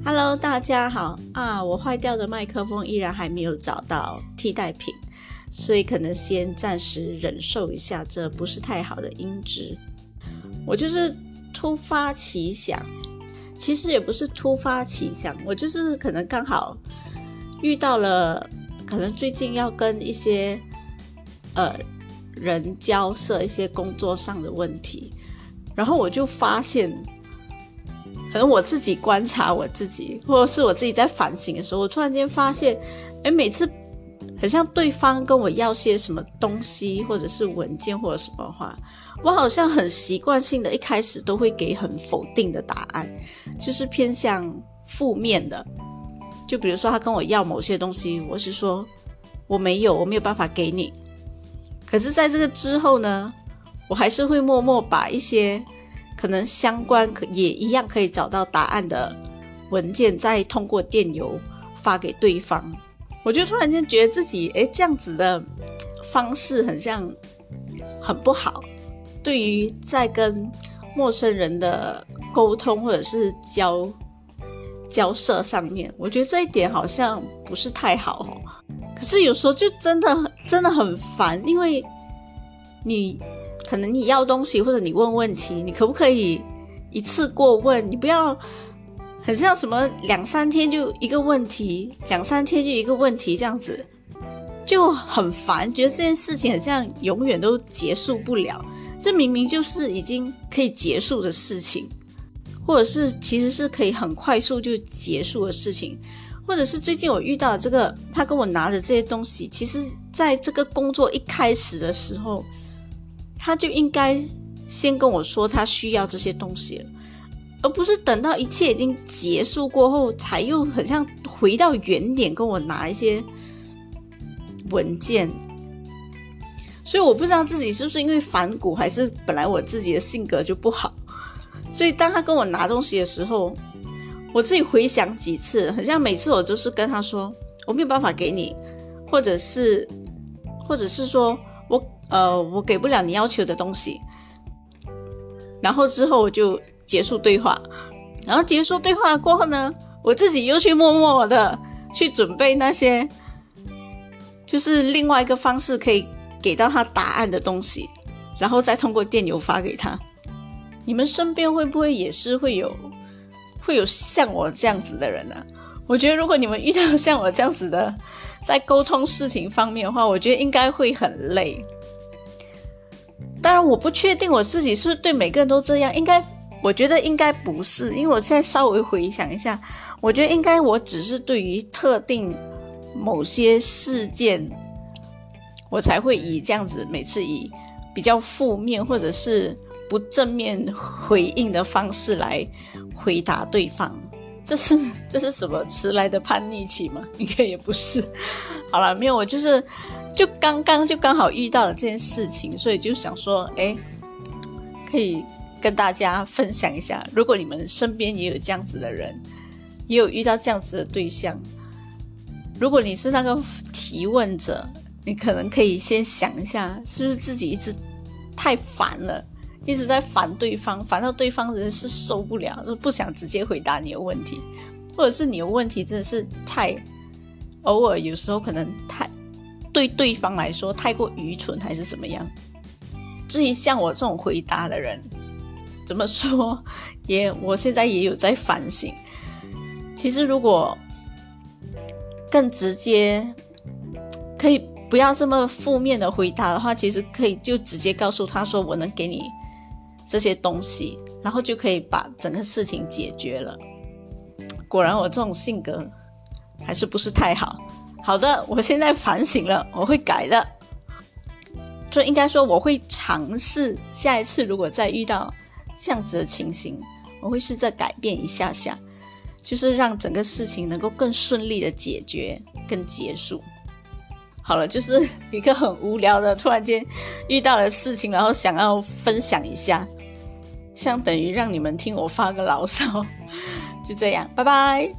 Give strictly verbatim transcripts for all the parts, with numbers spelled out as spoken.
Hello， 大家好啊！我坏掉的麦克风依然还没有找到替代品，所以可能先暂时忍受一下这不是太好的音质。我就是突发奇想，其实也不是突发奇想，我就是可能刚好遇到了，可能最近要跟一些呃人交涉一些工作上的问题，然后我就发现。可能我自己观察我自己，或者是我自己在反省的时候，我突然间发现，诶，每次很像对方跟我要些什么东西，或者是文件或者什么话，我好像很习惯性的一开始都会给很否定的答案，就是偏向负面的。就比如说他跟我要某些东西，我是说我没有，我没有办法给你。可是在这个之后呢，我还是会默默把一些可能相关也一样可以找到答案的文件再通过电邮发给对方。我就突然间觉得自己诶这样子的方式很像很不好，对于在跟陌生人的沟通或者是交交涉上面，我觉得这一点好像不是太好哦。可是有时候就真的真的很烦，因为你可能你要东西或者你问问题，你可不可以一次过问？你不要很像什么两三天就一个问题，两三天就一个问题这样子，就很烦，觉得这件事情很像永远都结束不了。这明明就是已经可以结束的事情，或者是其实是可以很快速就结束的事情，或者是最近我遇到的这个他跟我拿的这些东西，其实在这个工作一开始的时候他就应该先跟我说他需要这些东西了，而不是等到一切已经结束过后才又很像回到原点跟我拿一些文件。所以我不知道自己是不是因为反骨，还是本来我自己的性格就不好，所以当他跟我拿东西的时候，我自己回想几次，很像每次我就是跟他说我没有办法给你，或者是或者是说我呃我给不了你要求的东西，然后之后我就结束对话。然后结束对话过后呢，我自己又去默默的去准备那些就是另外一个方式可以给到他答案的东西，然后再通过电邮发给他。你们身边会不会也是会有会有像我这样子的人呢、啊？我觉得如果你们遇到像我这样子的在沟通事情方面的话，我觉得应该会很累。当然我不确定我自己是不是对每个人都这样，应该我觉得应该不是，因为我现在稍微回想一下，我觉得应该我只是对于特定某些事件我才会以这样子每次以比较负面或者是不正面回应的方式来回答对方。这是这是什么迟来的叛逆期吗？应该也不是。好了，没有，我就是就刚刚就刚好遇到了这件事情，所以就想说诶可以跟大家分享一下，如果你们身边也有这样子的人，也有遇到这样子的对象，如果你是那个提问者，你可能可以先想一下，是不是自己一直太烦了，一直在烦对方，烦到对方人是受不了，就不想直接回答你的问题，或者是你的问题真的是太偶尔有时候可能太对对方来说太过愚蠢，还是怎么样。至于像我这种回答的人，怎么说也我现在也有在反省。其实如果更直接，可以不要这么负面的回答的话，其实可以就直接告诉他说我能给你这些东西，然后就可以把整个事情解决了。果然我这种性格还是不是太好。好的，我现在反省了，我会改的。就应该说我会尝试下一次如果再遇到这样子的情形，我会试着改变一下下，就是让整个事情能够更顺利的解决跟结束。好了，就是一个很无聊的突然间遇到的事情，然后想要分享一下，相等于让你们听我发个牢骚。就这样，拜拜。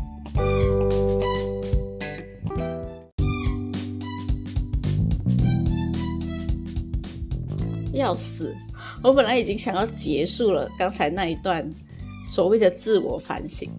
要死，我本来已经想要结束了刚才那一段所谓的自我反省，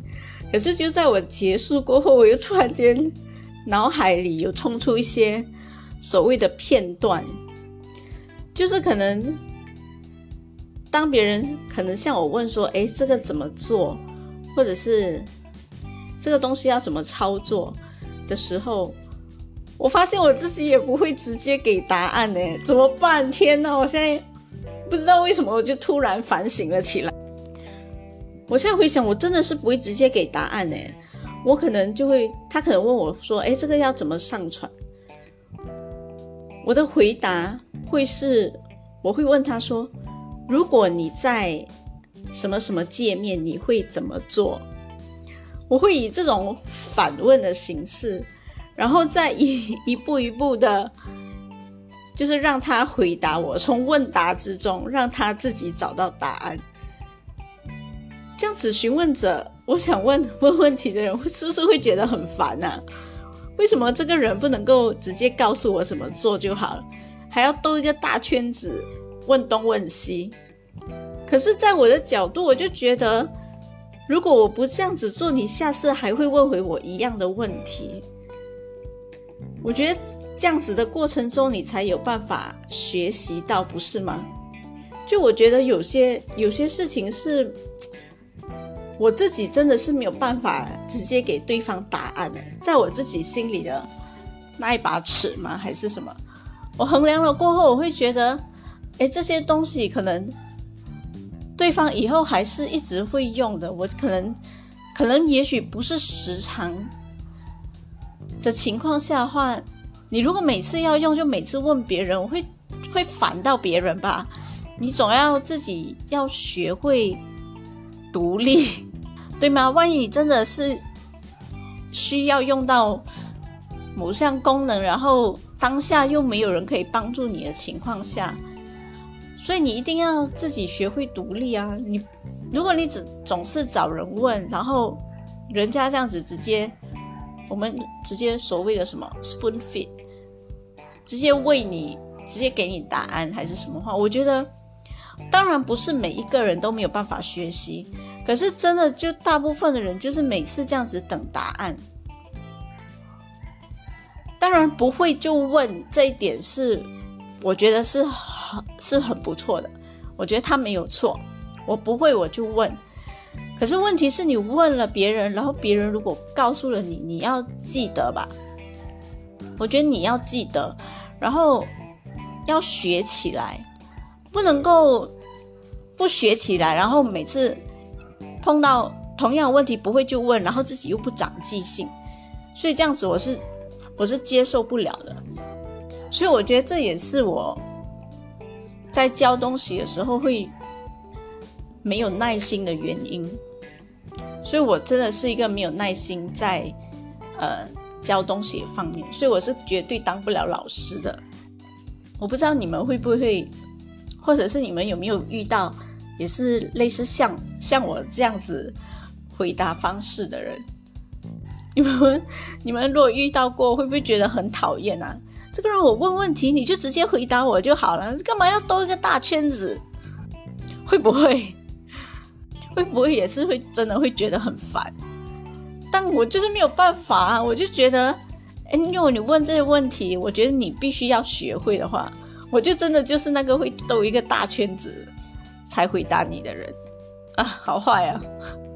可是就在我结束过后，我又突然间脑海里有冲出一些所谓的片段，就是可能当别人可能向我问说，诶，这个怎么做，或者是这个东西要怎么操作的时候，我发现我自己也不会直接给答案耶，怎么办？天哪，我现在不知道为什么我就突然反省了起来。我现在回想，我真的是不会直接给答案耶，我可能就会，他可能问我说，诶，这个要怎么上传？我的回答会是，我会问他说，如果你在什么什么界面，你会怎么做？我会以这种反问的形式，然后再一一步一步的，就是让他回答我，从问答之中让他自己找到答案。这样子询问者，我想问问问题的人是不是会觉得很烦啊？为什么这个人不能够直接告诉我怎么做就好了，还要兜一个大圈子问东问西？可是在我的角度，我就觉得如果我不这样子做，你下次还会问回我一样的问题。我觉得这样子的过程中，你才有办法学习到，不是吗？就我觉得有些有些事情是我自己真的是没有办法直接给对方答案的，在我自己心里的那一把尺吗？还是什么？我衡量了过后，我会觉得，诶，这些东西可能对方以后还是一直会用的，我可能可能也许不是时常的情况下的话，你如果每次要用就每次问别人，我会会烦到别人吧。你总要自己要学会独立，对吗？万一你真的是需要用到某项功能，然后当下又没有人可以帮助你的情况下，所以你一定要自己学会独立啊！你如果你只总是找人问，然后人家这样子直接，我们直接所谓的什么 spoon feed， 直接喂你，直接给你答案还是什么话，我觉得当然不是每一个人都没有办法学习，可是真的就大部分的人就是每次这样子等答案。当然不会就问，这一点是我觉得是很是很不错的，我觉得他没有错，我不会我就问。可是问题是你问了别人，然后别人如果告诉了你，你要记得吧，我觉得你要记得，然后要学起来，不能够不学起来，然后每次碰到同样的问题不会就问，然后自己又不长记性，所以这样子我是我是接受不了的。所以我觉得这也是我在教东西的时候会没有耐心的原因。所以我真的是一个没有耐心在呃教东西的方面，所以我是绝对当不了老师的。我不知道你们会不会，或者是你们有没有遇到也是类似像像我这样子回答方式的人？你们你们如果遇到过，会不会觉得很讨厌啊？这个人我问问题你就直接回答我就好了，干嘛要兜一个大圈子？会不会会不会也是会真的会觉得很烦？但我就是没有办法啊，我就觉得诶，如果你问这些问题，我觉得你必须要学会的话，我就真的就是那个会兜一个大圈子才回答你的人啊，好坏啊。